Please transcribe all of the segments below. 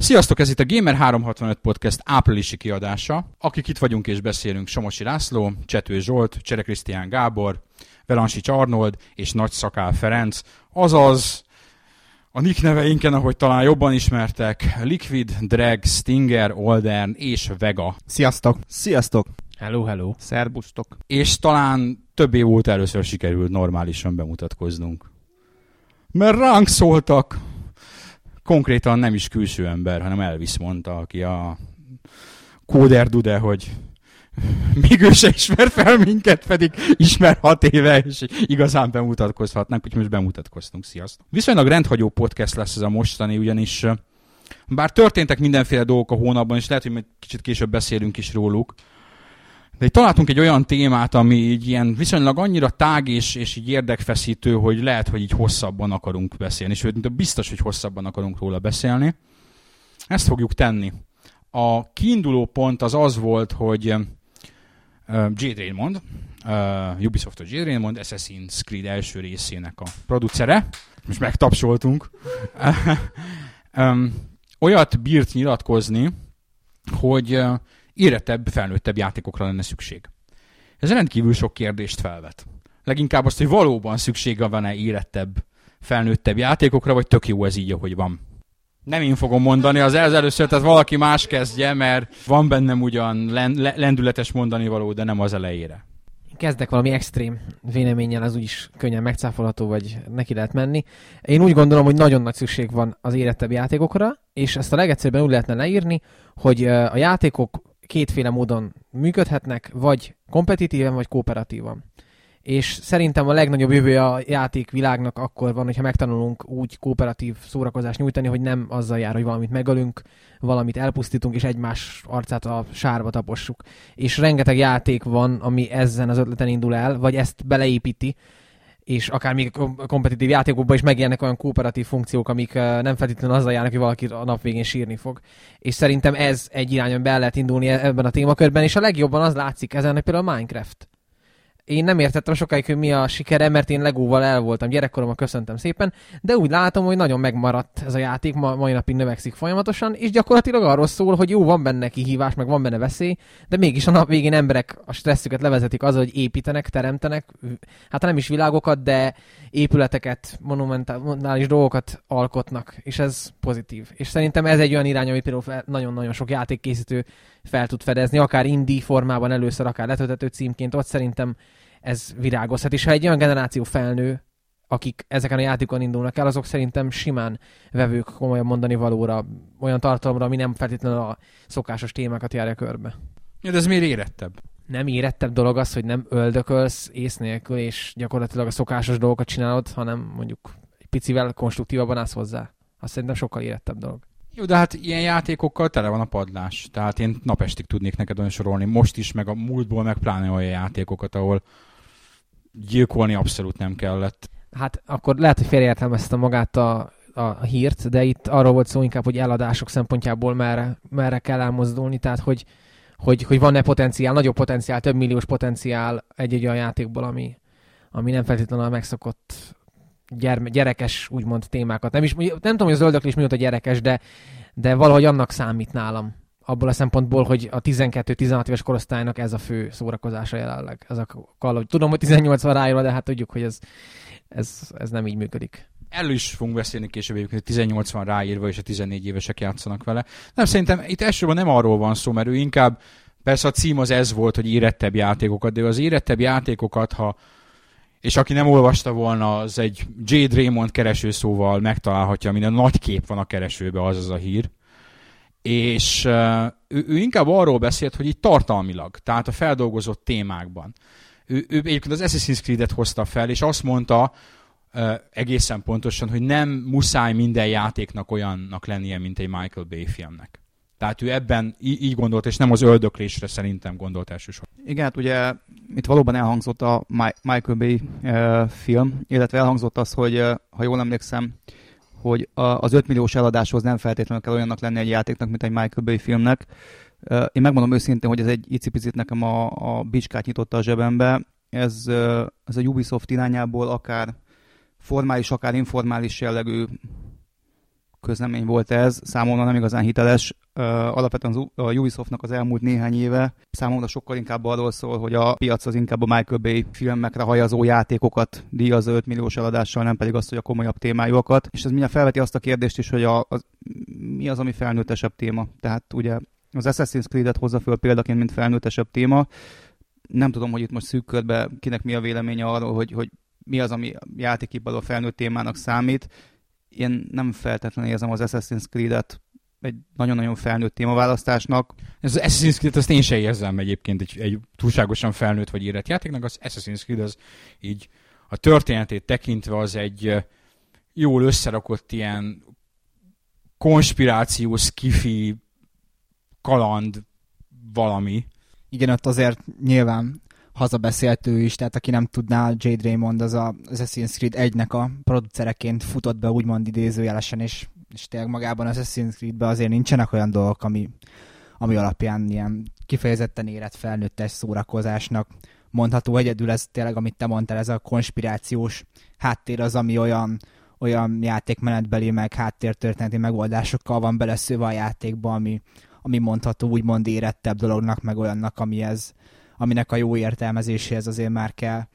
Sziasztok, ez itt a Gamer365 Podcast áprilisi kiadása. Akik itt vagyunk és beszélünk: Somosi László, Csető Zsolt, Csere Krisztián Gábor, Velansics Arnold és Nagy Szakál Ferenc, azaz a nick neveinken, ahogy talán jobban ismertek, Liquid, Drag, Stinger, Oldern és Vega. Sziasztok! Sziasztok! Hello! Szerbusztok! És talán több év óta először sikerült normálisan bemutatkoznunk. Mert ránk szóltak, konkrétan nem is külső ember, hanem Elvis mondta, aki a Kóder Dude, hogy még ő se ismer fel minket, pedig ismer 6 éve, és igazán bemutatkozhatnánk, úgyhogy most bemutatkoztunk. Sziasztok! Viszonylag rendhagyó podcast lesz ez a mostani, ugyanis bár történtek mindenféle dolgok a hónapban, és lehet, hogy majd kicsit később beszélünk is róluk, de találtunk egy olyan témát, ami így ilyen viszonylag annyira tág és így érdekfeszítő, hogy lehet, hogy így hosszabban akarunk beszélni, sőt, biztos, hogy hosszabban akarunk róla beszélni. Ezt fogjuk tenni. A kiinduló pont az volt, hogy Jade Raymond, Ubisoftos Jade Raymond, Assassin's Creed első részének a producere, most megtapsoltunk, olyat bírt nyilatkozni, hogy érettebb, felnőttebb játékokra lenne szükség. Ez rendkívül sok kérdést felvet. Leginkább azt, hogy valóban szüksége van-e érettebb, felnőttebb játékokra, vagy tök jó ez így, ahogy van. Nem én fogom mondani, az először, tehát valaki más kezdje, mert van bennem ugyan lendületes mondani való, de nem az elejére. Kezdek valami extrém véleménnyel, az úgyis könnyen megcáfolható, vagy neki lehet menni. Én úgy gondolom, hogy nagyon nagy szükség van az érettebb játékokra, és ezt a legegyszerűbben úgy lehetne leírni, hogy a játékok kétféle módon működhetnek, vagy kompetitíven, vagy kooperatívan. És szerintem a legnagyobb jövője a játékvilágnak akkor van, hogyha megtanulunk úgy kooperatív szórakozást nyújtani, hogy nem azzal jár, hogy valamit megölünk, valamit elpusztítunk, és egymás arcát a sárba tapossuk. És rengeteg játék van, ami ezen az ötleten indul el, vagy ezt beleépíti, és akár még kompetitív játékokban is megjelennek olyan kooperatív funkciók, amik nem feltétlenül azzal járnak, hogy valaki a nap végén sírni fog. És szerintem ez egy irányon be lehet indulni ebben a témakörben, és a legjobban az látszik ezen, hogy például a Minecraft. Én nem értettem sokáig, hogy mi a sikere, mert én Legóval el voltam gyerekkoromban, köszöntem szépen, de úgy látom, hogy nagyon megmaradt ez a játék, mai napig növekszik folyamatosan, és gyakorlatilag arról szól, hogy jó, van benne kihívás, meg van benne veszély, de mégis a nap végén emberek a stresszüket levezetik azzal, hogy építenek, teremtenek, hát nem is világokat, de épületeket, monumentális dolgokat alkotnak, és ez pozitív. És szerintem ez egy olyan irány, amit például nagyon-nagyon sok játékkészítő fel tud fedezni, akár indie formában először, akár letölthető címként, ott szerintem ez virágozhat. És ha egy olyan generáció felnő, akik ezeken a játékon indulnak el, azok szerintem simán vevők komolyan mondani valóra, olyan tartalomra, ami nem feltétlenül a szokásos témákat járja körbe. Ja, de ez miért érettebb? Nem érettebb dolog az, hogy nem öldökölsz ész nélkül, és gyakorlatilag a szokásos dolgokat csinálod, hanem mondjuk egy picivel konstruktívabban állsz hozzá. Azt szerintem sokkal érettebb dolog. Jó, de hát ilyen játékokkal tele van a padlás. Tehát én napestig tudnék neked olyan sorolni. Most is, meg a múltból, meg pláne olyan játékokat, ahol gyilkolni abszolút nem kellett. Hát akkor lehet, hogy félreértelmezte magát a hírt, de itt arról volt szó inkább, hogy eladások szempontjából merre kell elmozdulni, tehát hogy van-e potenciál, nagyobb potenciál, több milliós potenciál egy olyan játékból, ami nem feltétlenül a megszokott gyerekes, úgymond témákat. Nem tudom, hogy az öldöklés mióta gyerekes, de valahogy annak számít nálam. Abból a szempontból, hogy a 12-16 éves korosztálynak ez a fő szórakozása jelenleg. Tudom, hogy 18 van ráírva, de hát tudjuk, hogy ez nem így működik. Erről is fogunk beszélni később, hogy 18 van ráírva, és a 14 évesek játszanak vele. Nem, szerintem itt elsősorban nem arról van szó, mert ő inkább, persze a cím az ez volt, hogy érettebb játékokat, de az érettebb játékokat, és aki nem olvasta volna, az egy Jade Raymond keresőszóval megtalálhatja, minden nagy kép van a keresőbe, az a hír. És ő inkább arról beszélt, hogy így tartalmilag, tehát a feldolgozott témákban. Ő egyébként az Assassin's Creed-et hozta fel, és azt mondta egészen pontosan, hogy nem muszáj minden játéknak olyannak lennie, mint egy Michael Bay filmnek. Tehát ő ebben így gondolt, és nem az öldöklésre szerintem gondolt elsősorban. Igen, hát ugye itt valóban elhangzott a Michael Bay film, illetve elhangzott az, hogy ha jól emlékszem, hogy az 5 milliós eladáshoz nem feltétlenül kell olyannak lenni egy játéknak, mint egy Michael Bay filmnek. Én megmondom őszintén, hogy ez egy icipicit nekem a bicskát nyitotta a zsebembe. Ez a Ubisoft irányából akár formális, akár informális jellegű közlemény volt ez, számomra nem igazán hiteles. Alapvetően a Ubisoftnak az elmúlt néhány éve számomra sokkal inkább arról szól, hogy a piac az inkább a Michael Bay filmekre hajazó játékokat díjazza 5 milliós eladással, nem pedig azt, hogy a komolyabb témájukat. És ez mindjárt felveti azt a kérdést is, hogy mi az, ami felnőttesebb téma. Tehát ugye az Assassin's Creed-et hozza föl példaként, mint felnőttesebb téma. Nem tudom, hogy itt most szűk körben kinek mi a véleménye arról, hogy mi az, ami játékiparról felnőtt témának számít. Én nem feltétlenül érzem az Assassin's Creed-et egy nagyon-nagyon felnőtt témaválasztásnak. Ez az Assassin's Creed, azt én sem érzem egyébként egy túlságosan felnőtt vagy érett játéknak. Az Assassin's Creed az így a történetét tekintve az egy jól összerakott ilyen konspirációs, skifi, kaland valami. Igen, ott azért nyilván hazabeszélt ő is, tehát aki nem tudná, Jade Raymond az Assassin's Creed 1-nek a producereként futott be úgymond idézőjelesen, és tényleg magában az Assassin's Creed-ben azért nincsenek olyan dolgok, ami alapján ilyen kifejezetten érett felnőttes szórakozásnak mondható. Egyedül ez tényleg, amit te mondtál, ez a konspirációs háttér az, ami olyan játékmenetbeli, meg háttértörténeti megoldásokkal van beleszőve a játékba, ami mondható úgymond érettebb dolognak, meg olyannak, aminek a jó értelmezéséhez azért már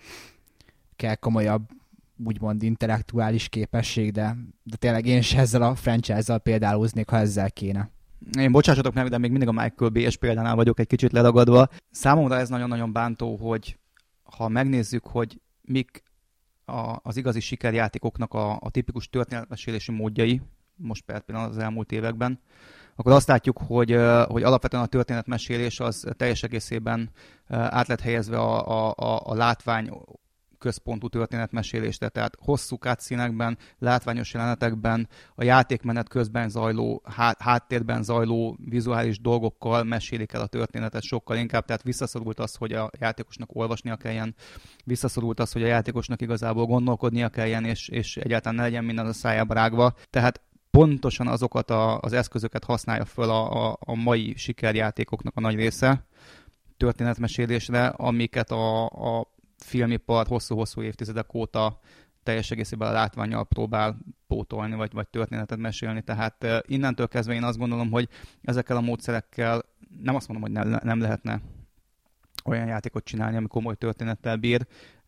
kell komolyabb úgymond intellektuális képesség, de tényleg én se ezzel a franchise-zal példálóznék, ha ezzel kéne. Én bocsássatok meg, de még mindig a Michael Bay-es példánál vagyok egy kicsit leragadva. Számomra ez nagyon-nagyon bántó, hogy ha megnézzük, hogy mik az igazi sikerjátékoknak a tipikus történetmesélési módjai, most per pillanat az elmúlt években, akkor azt látjuk, hogy alapvetően a történetmesélés az teljes egészében át lett helyezve a látvány központú történetmesélésre, tehát hosszú cutscene-ekben, látványos jelenetekben, a játékmenet közben zajló, háttérben zajló vizuális dolgokkal mesélik el a történetet sokkal inkább, tehát visszaszorult az, hogy a játékosnak olvasnia kelljen, visszaszorult az, hogy a játékosnak igazából gondolkodnia kelljen, és egyáltalán ne legyen minden a szájába rágva. Tehát pontosan azokat az eszközöket használja föl a mai sikerjátékoknak a nagy része történetmesélésre, amiket a filmipar hosszú-hosszú évtizedek óta teljes egészében a látvánnyal próbál pótolni, vagy történetet mesélni. Tehát innentől kezdve én azt gondolom, hogy ezekkel a módszerekkel nem azt mondom, hogy nem lehetne olyan játékot csinálni, ami komoly történettel bír,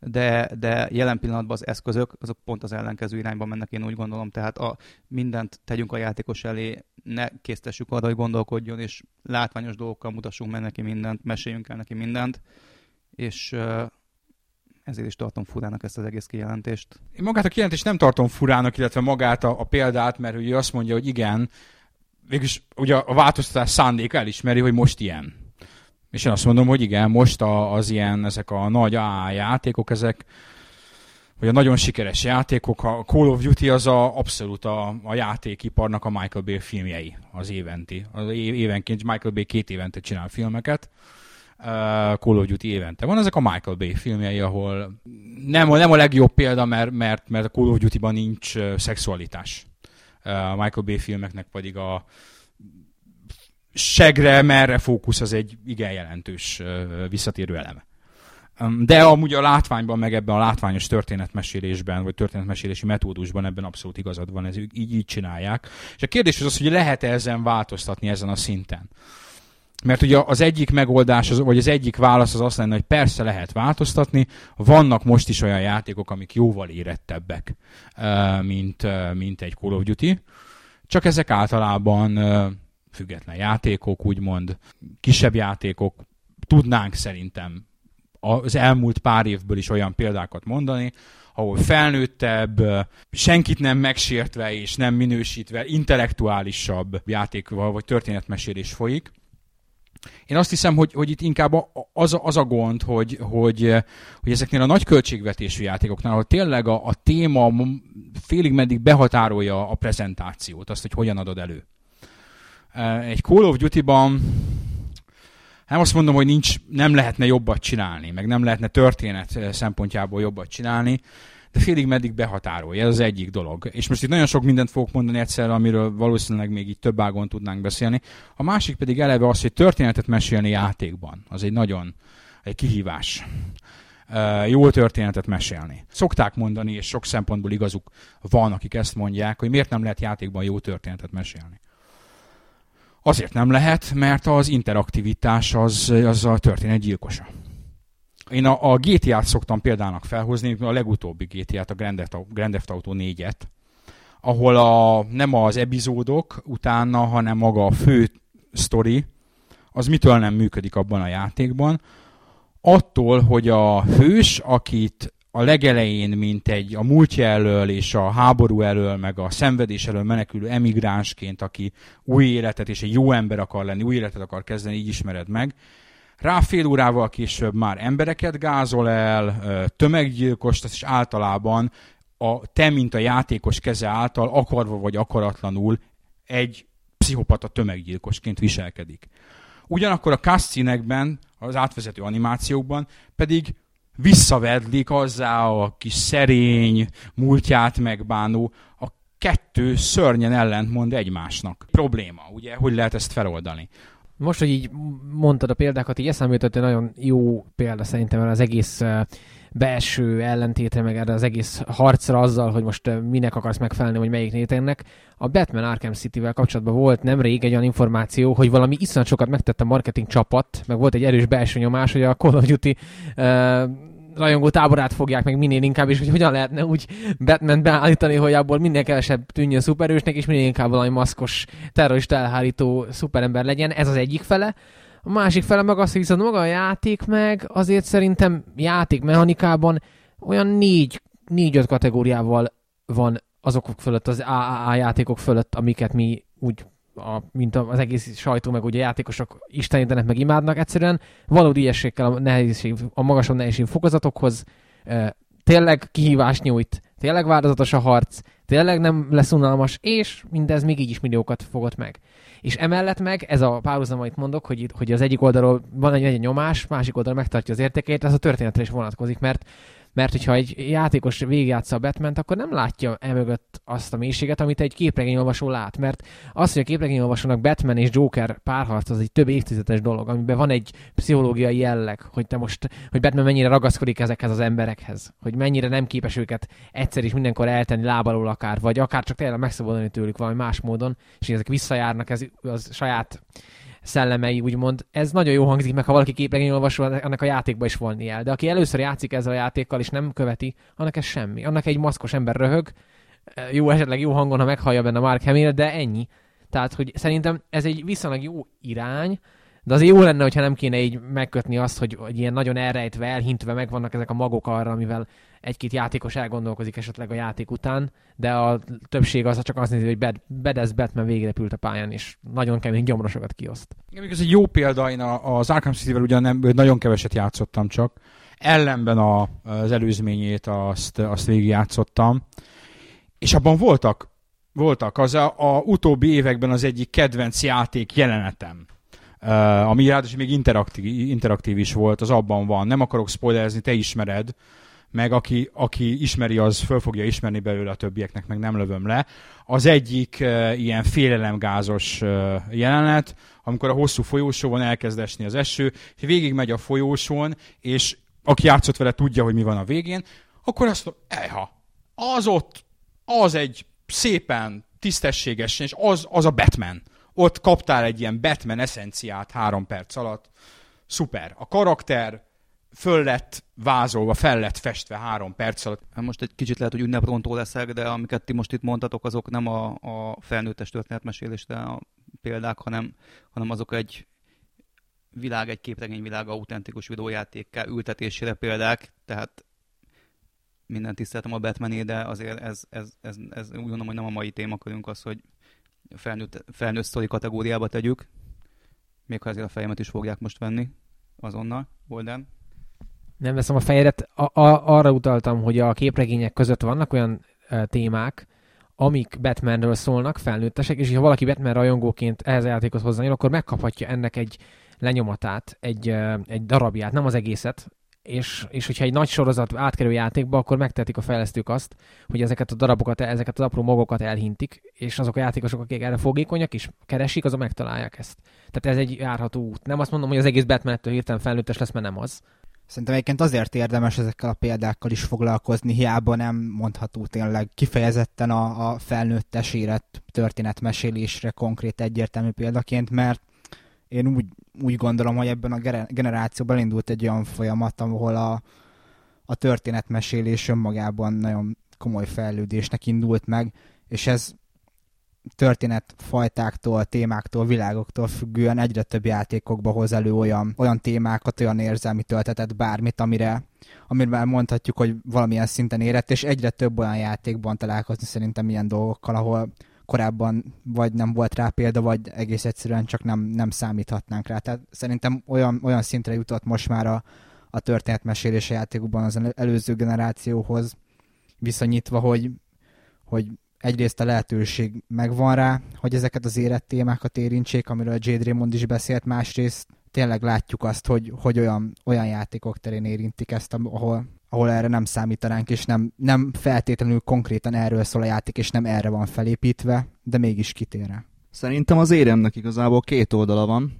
de jelen pillanatban az eszközök, azok pont az ellenkező irányba mennek, én úgy gondolom. Tehát mindent tegyünk a játékos elé, ne késztessük arra, hogy gondolkodjon, és látványos dolgokkal mutassunk meg neki mindent, meséljünk el neki mindent, és ezért is tartom furának ezt az egész kijelentést. Én magát a kijelentést nem tartom furának, illetve magát a példát, mert ő azt mondja, hogy igen, végülis ugye a változtatás szándéka elismeri, hogy most ilyen. És én azt mondom, hogy igen, most az ilyen, ezek a nagy AA játékok, ezek, vagy a nagyon sikeres játékok, a Call of Duty az abszolút a játékiparnak a Michael Bay filmjei, az éventi. Évenként Michael Bay 2 évente csinál filmeket, Call of Duty évente van. Ezek a Michael Bay filmjei, ahol nem a legjobb példa, mert a Call of Duty-ban nincs szexualitás. A Michael Bay filmeknek pedig a segre, merre fókusz az egy igen jelentős visszatérő eleme. De amúgy a látványban, meg ebben a látványos történetmesélésben, vagy történetmesélési metódusban ebben abszolút igazad van, ez így csinálják. És a kérdés az, hogy lehet-e ezen változtatni ezen a szinten. Mert ugye az egyik megoldás, vagy az egyik válasz az azt lenne, hogy persze lehet változtatni, vannak most is olyan játékok, amik jóval érettebbek, mint egy Call of Duty, csak ezek általában független játékok, úgymond kisebb játékok. Tudnánk szerintem az elmúlt pár évből is olyan példákat mondani, ahol felnőttebb, senkit nem megsértve és nem minősítve, intellektuálisabb játékval vagy történetmesélés folyik. Én azt hiszem, hogy itt inkább az a gond, hogy ezeknél a nagy költségvetésű játékoknál, ahol tényleg a téma félig meddig behatárolja a prezentációt, azt, hogy hogyan adod elő. Egy Call of Duty-ban nem azt mondom, hogy nem lehetne jobbat csinálni, meg nem lehetne történet szempontjából jobbat csinálni, de félig meddig behatárolja, ez az egyik dolog. És most itt nagyon sok mindent fogok mondani egyszerre, amiről valószínűleg még így több ágon tudnánk beszélni. A másik pedig eleve az, hogy történetet mesélni játékban. Az egy nagyon egy kihívás. jól történetet mesélni. Szokták mondani, és sok szempontból igazuk van, akik ezt mondják, hogy miért nem lehet játékban jó történetet mesélni. Azért nem lehet, mert az interaktivitás az a történet gyilkosa. Én a GTA-t szoktam példának felhozni, a legutóbbi GTA-t, a Grand Theft Auto 4-et, ahol nem az epizódok utána, hanem maga a fő sztori, az mitől nem működik abban a játékban. Attól, hogy a hős, akit a legelején, mint a múltja elől és a háború elől, meg a szenvedés elől menekülő emigránsként, aki új életet és egy jó ember akar lenni, új életet akar kezdeni, így ismered meg. Rá fél órával később már embereket gázol el, tömeggyilkost, és általában te, mint a játékos keze által, akarva vagy akaratlanul egy pszichopata tömeggyilkosként viselkedik. Ugyanakkor a cutscene-ekben, az átvezető animációkban pedig visszavedlik azzá a kis szerény, múltját megbánó, a kettő szörnyen ellentmond egymásnak. Probléma, ugye? Hogy lehet ezt feloldani? Most, hogy így mondtad a példákat, így eszembe jutott egy nagyon jó példa szerintem az egész belső ellentétre, meg erre az egész harcra azzal, hogy most minek akarsz megfelelni, vagy melyik nétennek. A Batman Arkham City-vel kapcsolatban volt nemrég egy olyan információ, hogy valami iszonyat sokat megtett a marketing csapat, meg volt egy erős belső nyomás, hogy a Call of Duty rajongó táborát fogják meg minél inkább, és hogy hogyan lehetne úgy Batman beállítani, hogy abból minél kevesebb tűnjön szuperősnek, és minél inkább valami maszkos, terrorista elhárító szuperember legyen. Ez az egyik fele. A másik fele meg az, hogy viszont maga a játék meg azért szerintem játékmechanikában olyan 4-5 kategóriával van azok fölött, az AAA játékok fölött, amiket mi úgy, mint az egész sajtó, meg ugye a játékosok istenítenek, meg imádnak. Egyszerűen valódi ilyességkel a magasabb nehézség fokozatokhoz tényleg kihívást nyújt, tényleg változatos a harc, tényleg nem lesz unalmas, és mindez még így is milliókat fogott meg. És emellett meg, ez a párhuzam, amit mondok, hogy az egyik oldalról van egy nyomás, másik oldalról megtartja az értékeit, ez a történetre is vonatkozik, mert hogyha egy játékos végigjátsza a Batmant, akkor nem látja emögött azt a mélységet, amit egy képregényolvasó lát. Mert az, hogy a képregényolvasónak Batman és Joker párharc, az egy több évtizedes dolog, amiben van egy pszichológiai jelleg, hogy Batman mennyire ragaszkodik ezekhez az emberekhez, hogy mennyire nem képes őket egyszer is mindenkor eltenni lábalól akár, vagy akár csak tényleg megszabadulni tőlük valami más módon, és ezek visszajárnak, ez az saját szellemei, úgymond. Ez nagyon jó hangzik meg, ha valaki képregényolvasó, annak a játékban is volni el. De aki először játszik ezzel a játékkal, és nem követi, annak ez semmi. Annak egy maszkos ember röhög, esetleg jó hangon, ha meghallja benne Mark Hamill, de ennyi. Tehát, hogy szerintem ez egy viszonylag jó irány, de azért jó lenne, hogyha nem kéne így megkötni azt, hogy ilyen nagyon elrejtve, elhintve megvannak ezek a magok arra, amivel egy-két játékos elgondolkozik esetleg a játék után, de a többség az csak azt nézi, hogy Badass Batman végrepült a pályán, és nagyon kemény gyomrosokat kioszt. Igen, ez egy jó példa, én az Arkham City-vel ugyan nagyon keveset játszottam csak, ellenben az előzményét azt végigjátszottam, és abban voltak az a utóbbi években az egyik kedvenc játék jelenetem, ami ráadásul még interaktív is volt, az abban van. Nem akarok spoilerezni, te ismered, meg aki ismeri, az föl fogja ismerni belőle, a többieknek meg nem lövöm le. Az egyik ilyen félelemgázos jelenet, amikor a hosszú folyósón elkezd esni az eső, és végig megy a folyósón, és aki játszott vele tudja, hogy mi van a végén, akkor azt mondja, az egy szépen, tisztességesen, és az a Batman. Ott kaptál egy ilyen Batman eszenciát 3 perc alatt. Szuper. A karakter föl lett vázolva, fel lett festve 3 perc alatt. Most egy kicsit lehet, hogy ünneprontó leszek, de amiket ti most itt mondtatok, azok nem a felnőttes történetmesélésre a példák, hanem azok egy képregényvilág autentikus videójátékká ültetésére példák, tehát minden tiszteltem a Batmané, de azért ez úgy gondolom, hogy nem a mai témakörünk az, hogy felnőtt sztori kategóriába tegyük, még ha ezért a fejemet is fogják most venni azonnal, Golden. Nem veszem a fejedet, arra utaltam, hogy a képregények között vannak olyan témák, amik Batmanről szólnak, felnőttesek, és ha valaki Batman rajongóként ehhez a játékot hozzányúl, akkor megkaphatja ennek egy lenyomatát, egy darabját, nem az egészet, és hogyha egy nagy sorozat átkerül játékba, akkor megtehetik a fejlesztők azt, hogy ezeket a darabokat, ezeket az apró magokat elhintik, és azok a játékosok, akik erre fogékonyak és keresik, azok megtalálják ezt. Tehát ez egy járható út. Nem azt mondom, hogy az egész Batman-ettől hirtelen felnőttes lesz, mert nem az. Szerintem egyébként azért érdemes ezekkel a példákkal is foglalkozni, hiába nem mondható tényleg kifejezetten a felnőttes élet történetmesélésre konkrét egyértelmű példaként, mert én úgy gondolom, hogy ebben a generációban indult egy olyan folyamat, ahol a történetmesélés önmagában nagyon komoly fejlődésnek indult meg, és ez történetfajtáktól, témáktól, világoktól függően egyre több játékokba hoz elő olyan témákat, olyan érzelmi töltetet, bármit, amivel mondhatjuk, hogy valamilyen szinten érett, és egyre több olyan játékban találkozni szerintem ilyen dolgokkal, ahol korábban vagy nem volt rá példa, vagy egész egyszerűen csak nem számíthatnánk rá. Tehát szerintem olyan szintre jutott most már a történetmesélés a játékokban az előző generációhoz viszonyítva, hogy egyrészt a lehetőség megvan rá, hogy ezeket az élettémákat érintsék, amiről Jade Raymond is beszélt, másrészt tényleg látjuk azt, hogy olyan játékok terén érintik ezt, ahol erre nem számítanánk, és nem feltétlenül konkrétan erről szól a játék, és nem erre van felépítve, de mégis kitér rá. Szerintem az éremnek igazából két oldala van,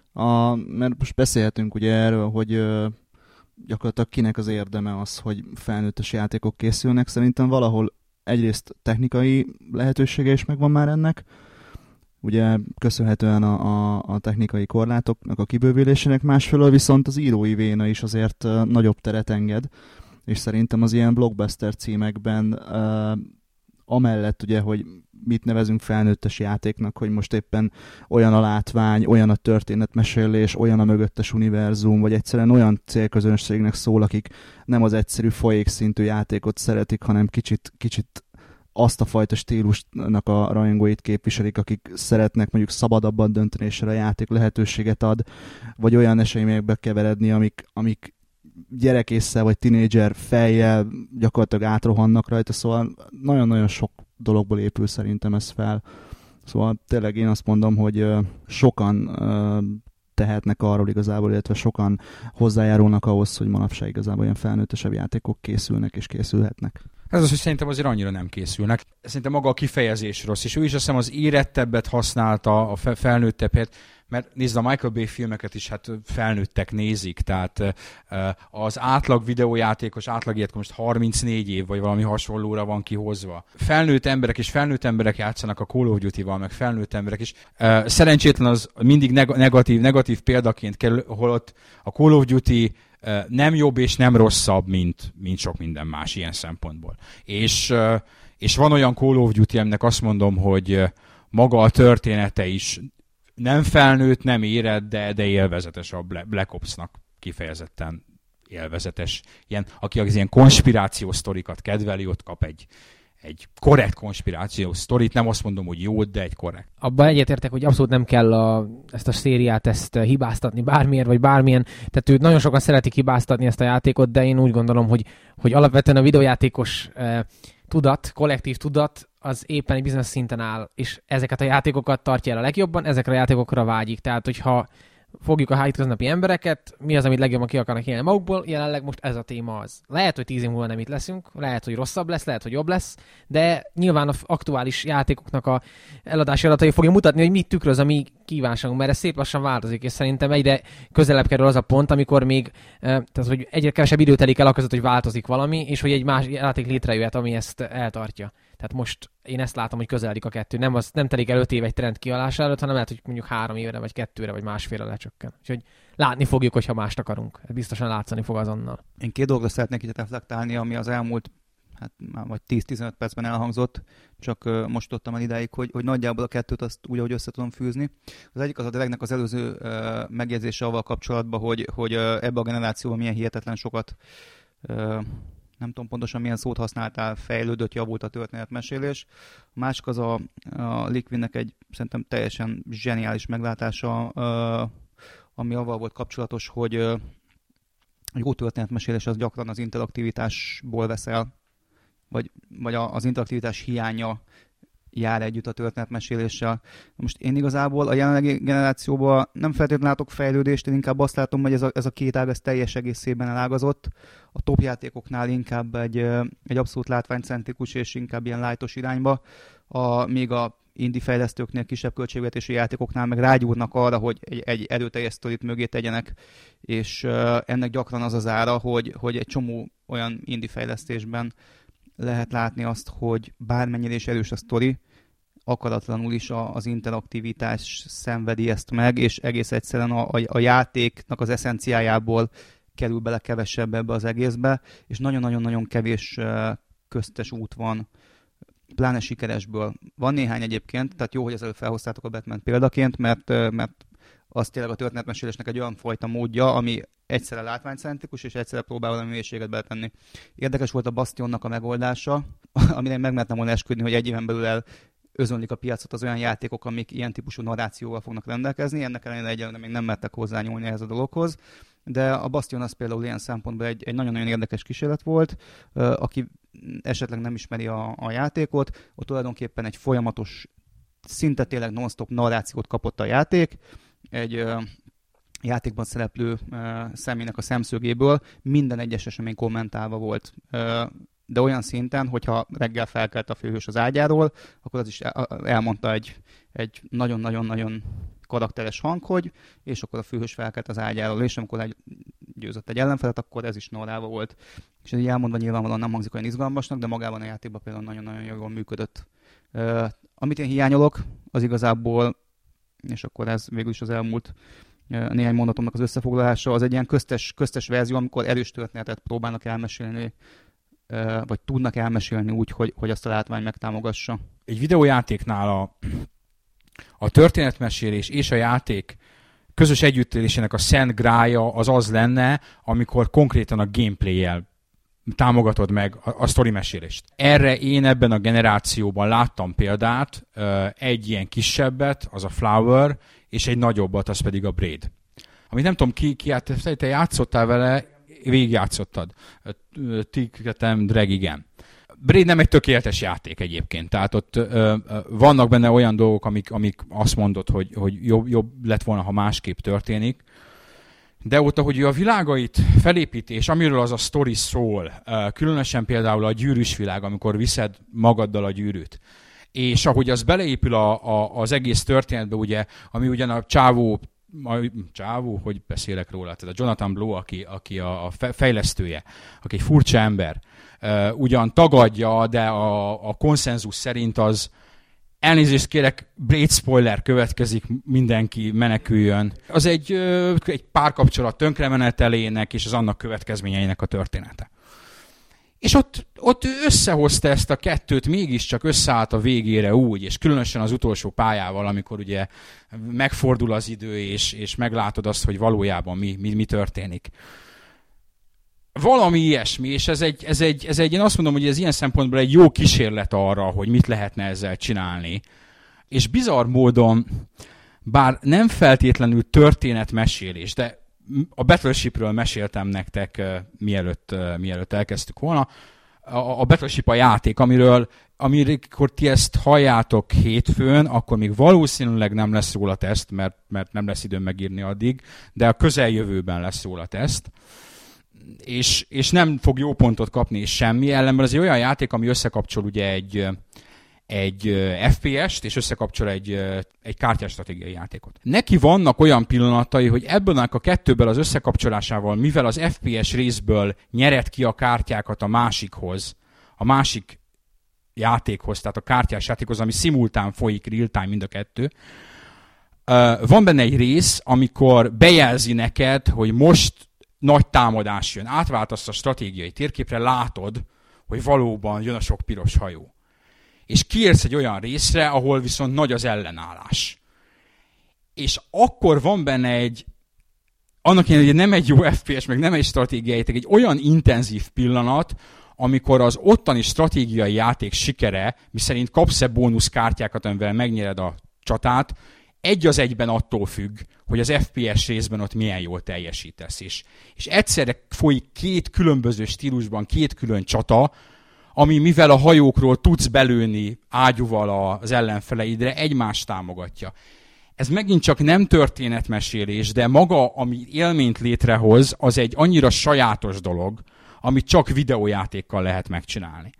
mert most beszélhetünk ugye erről, hogy gyakorlatilag kinek az érdeme az, hogy felnőttes játékok készülnek. Szerintem valahol egyrészt technikai lehetősége is megvan már ennek, ugye köszönhetően a technikai korlátoknak a kibővülésének, másfelől viszont az írói véna is azért nagyobb teret enged, és szerintem az ilyen blockbuster címekben amellett ugye, hogy mit nevezünk felnőttes játéknak, hogy most éppen olyan a látvány, olyan a történetmesélés, olyan a mögöttes univerzum, vagy egyszerűen olyan célközönségnek szól, akik nem az egyszerű folyék szintű játékot szeretik, hanem kicsit azt a fajta stílusnak a rajongóit képviselik, akik szeretnek mondjuk szabadabban dönteni, és a játék lehetőséget ad, vagy olyan eseményekbe keveredni, amik gyerekésszel vagy tinédzser fejjel gyakorlatilag átrohannak rajta, szóval nagyon-nagyon sok dologból épül szerintem ez fel. Szóval tényleg én azt mondom, hogy sokan tehetnek arról igazából, illetve sokan hozzájárulnak ahhoz, hogy manapság igazából olyan felnőttesebb játékok készülnek és készülhetnek. Ez az, hogy szerintem azért annyira nem készülnek. Szerintem maga a kifejezés rossz, és ő is azt hiszem az érettebbet használta, a felnőttebbet, mert nézd, a Michael Bay filmeket is hát felnőttek nézik, tehát az átlag videójátékos átlag most 34 év, vagy valami hasonlóra van kihozva. Felnőtt emberek játszanak a Call of Duty-val, meg felnőtt emberek is. Szerencsétlen az mindig negatív példaként kerül, holott a Call of Duty nem jobb és nem rosszabb, mint sok minden más ilyen szempontból. És van olyan Call of Duty, aminek azt mondom, hogy maga a története is nem felnőtt, nem érett, de élvezetes. A Black Ops-nak kifejezetten élvezetes. Aki az ilyen konspirációs sztorikat kedveli, ott kap egy korrekt konspirációs sztorit. Nem azt mondom, hogy jó, de egy korrekt. Abban egyetértek, hogy abszolút nem kell ezt a szériát hibáztatni bármiért, vagy bármilyen. Tehát őt nagyon sokan szeretik hibáztatni ezt a játékot, de én úgy gondolom, hogy alapvetően a videójátékos kollektív tudat az éppen egy bizonyos szinten áll, és ezeket a játékokat tartja el a legjobban, ezekre a játékokra vágyik. Tehát, hogyha fogjuk a hétköznapi embereket, mi az, amit legjobban ki akarnak élni magukból, jelenleg most ez a téma az. Lehet, hogy 10 év múlva nem itt leszünk, lehet, hogy rosszabb lesz, lehet, hogy jobb lesz, de nyilván az aktuális játékoknak a eladási adatai fogja mutatni, hogy mit tükröz a mi kívánságunk, mert ez szép lassan változik, és szerintem egyre közelebb kerül az a pont, amikor még, tehát hogy egyre kevesebb idő telik el között, hogy változik valami, és hogy egy más játék létrejöhet, ami ezt eltartja. Tehát most én ezt látom, hogy közeledik a kettő. Nem telik el 5 év egy trend kialása előtt, hanem lehet, hogy mondjuk 3 évre, vagy 2-re, vagy másfélre lecsökken. Úgyhogy látni fogjuk, hogyha mást akarunk. Ez biztosan látszani fog azonnal. Én 2 dologra szeretnék itt reflektálni, ami az elmúlt vagy 10-15 percben elhangzott, csak most tudtam el idáig, hogy nagyjából a kettőt azt úgy, ahogy össze tudom fűzni. Az egyik az a Delegnek az előző megjegyzése avval kapcsolatban, hogy ebbe a generációban milyen hihetetlen sokat nem tudom pontosan milyen szót használtál, fejlődött, javult a történetmesélés. A másik az a Liquidnek egy szerintem teljesen zseniális meglátása, ami avval volt kapcsolatos, hogy egy jó történetmesélés az gyakran az interaktivitásból vesz el, vagy az interaktivitás hiánya jár együtt a történetmeséléssel. Most én igazából a jelenlegi generációban nem feltétlenül látok fejlődést, én inkább azt látom, hogy ez a két ág ez teljes egészében elágazott. A top játékoknál inkább egy abszolút látványcentrikus és inkább ilyen lightos irányba, még a indie fejlesztőknél, kisebb költségvetésű játékoknál meg rágyúrnak arra, hogy egy erőteljes sztorit mögé tegyenek, és ennek gyakran az az ára, hogy egy csomó olyan indie fejlesztésben lehet látni azt, hogy bármennyire is erős a sztori, akaratlanul is az interaktivitás szenvedi ezt meg, és egész egyszerűen a játéknak az eszenciájából kerül bele kevesebb ebbe az egészbe, és nagyon-nagyon-nagyon kevés köztes út van, pláne sikeresből. Van néhány egyébként, tehát jó, hogy ezzel felhoztátok a Batman példaként, mert az tényleg a történetmesélésnek egy olyan fajta módja, ami egyszerre látványcentrikus, és egyszerre próbál valami mélységet beletenni. Érdekes volt a Bastionnak a megoldása, amire én megmertem volna esküdni, hogy egy éven belül özönlik a piacot az olyan játékok, amik ilyen típusú narrációval fognak rendelkezni. Ennek ellenére egyelőre még nem mertek hozzányúlni ehhez a dologhoz. De a Bastion az például ilyen szempontból egy nagyon-nagyon érdekes kísérlet volt. Aki esetleg nem ismeri a játékot, ott tulajdonképpen egy folyamatos, szinte tényleg non-stop narrációt kapott a játék. Egy játékban szereplő személynek a szemszögéből minden egyes esemény kommentálva volt. De olyan szinten, hogyha reggel felkelt a főhős az ágyáról, akkor az is elmondta egy nagyon-nagyon-nagyon karakteres hang, és akkor a főhős felkelt az ágyáról, és amikor győzött egy ellenfelet, akkor ez is narrálva volt. És ez így elmondva nyilvánvalóan nem hangzik olyan izgalmasnak, de magában a játékban például nagyon-nagyon jól működött. Amit én hiányolok, az igazából, és akkor ez végül is az elmúlt néhány mondatomnak az összefoglalása, az egy ilyen köztes verzió, amikor erős történetet próbálnak elmesélni, vagy tudnak elmesélni úgy, hogy azt a látvány megtámogassa. Egy videójátéknál a történetmesélés és a játék közös együttélésének a szent grája az lenne, amikor konkrétan a gameplay-jel támogatod meg a sztori mesélést. Erre én ebben a generációban láttam példát, egy ilyen kisebbet, az a Flower, és egy nagyobbat, az pedig a Braid. Amit nem tudom te játszottál vele, végigjátszottad. Ticketem Drag, igen. Braid nem egy tökéletes játék egyébként, tehát ott vannak benne olyan dolgok, amik azt mondod, hogy jobb lett volna, ha másképp történik, de ott, ahogy ő a világait felépíti, és amiről az a sztori szól, különösen például a gyűrűs világ, amikor viszed magaddal a gyűrűt, és ahogy az beleépül az egész történetbe, ugye, ami ugyan a csávó, hogy beszélek róla, tehát a Jonathan Blow, aki a fejlesztője, aki egy furcsa ember, ugyan tagadja, de a konszenzus szerint az, elnézést kérek, Braid spoiler következik, mindenki meneküljön. Az egy párkapcsolat tönkremenetelének és az annak következményeinek a története. És ott ő összehozta ezt a kettőt, mégiscsak összeállt a végére úgy, és különösen az utolsó pályával, amikor ugye megfordul az idő, és meglátod azt, hogy valójában mi történik. Valami ilyesmi, és ez egy, én azt mondom, hogy ez ilyen szempontból egy jó kísérlet arra, hogy mit lehetne ezzel csinálni. És bizarr módon, bár nem feltétlenül történetmesélés, de a Battleshipről meséltem nektek, mielőtt elkezdtük volna. A Battleship a játék, amikor ti ezt halljátok hétfőn, akkor még valószínűleg nem lesz róla teszt, mert nem lesz időm megírni addig, de a közeljövőben lesz róla teszt. És nem fog jó pontot kapni és semmi, ellenben az egy olyan játék, ami összekapcsol ugye egy FPS-t, és összekapcsol egy kártyás stratégiai játékot. Neki vannak olyan pillanatai, hogy ebből a kettőből az összekapcsolásával, mivel az FPS részből nyered ki a kártyákat a másikhoz, a másik játékhoz, tehát a kártyás játékhoz, ami szimultán folyik, real-time mind a kettő, van benne egy rész, amikor bejelzi neked, hogy most nagy támadás jön. Átváltasz a stratégiai térképre, látod, hogy valóban jön a sok piros hajó. És kiérsz egy olyan részre, ahol viszont nagy az ellenállás. És akkor van benne annak ellenére, hogy nem egy jó FPS, meg nem egy stratégiai játék, egy olyan intenzív pillanat, amikor az ottani stratégiai játék sikere, miszerint kapsz-e bónuszkártyákat, amivel megnyered a csatát, egy az egyben attól függ, hogy az FPS részben ott milyen jól teljesítesz. És egyszerre folyik két különböző stílusban, két külön csata, ami mivel a hajókról tudsz belőni ágyúval az ellenfeleidre, egymást támogatja. Ez megint csak nem történetmesélés, de maga, ami élményt létrehoz, az egy annyira sajátos dolog, amit csak videójátékkal lehet megcsinálni.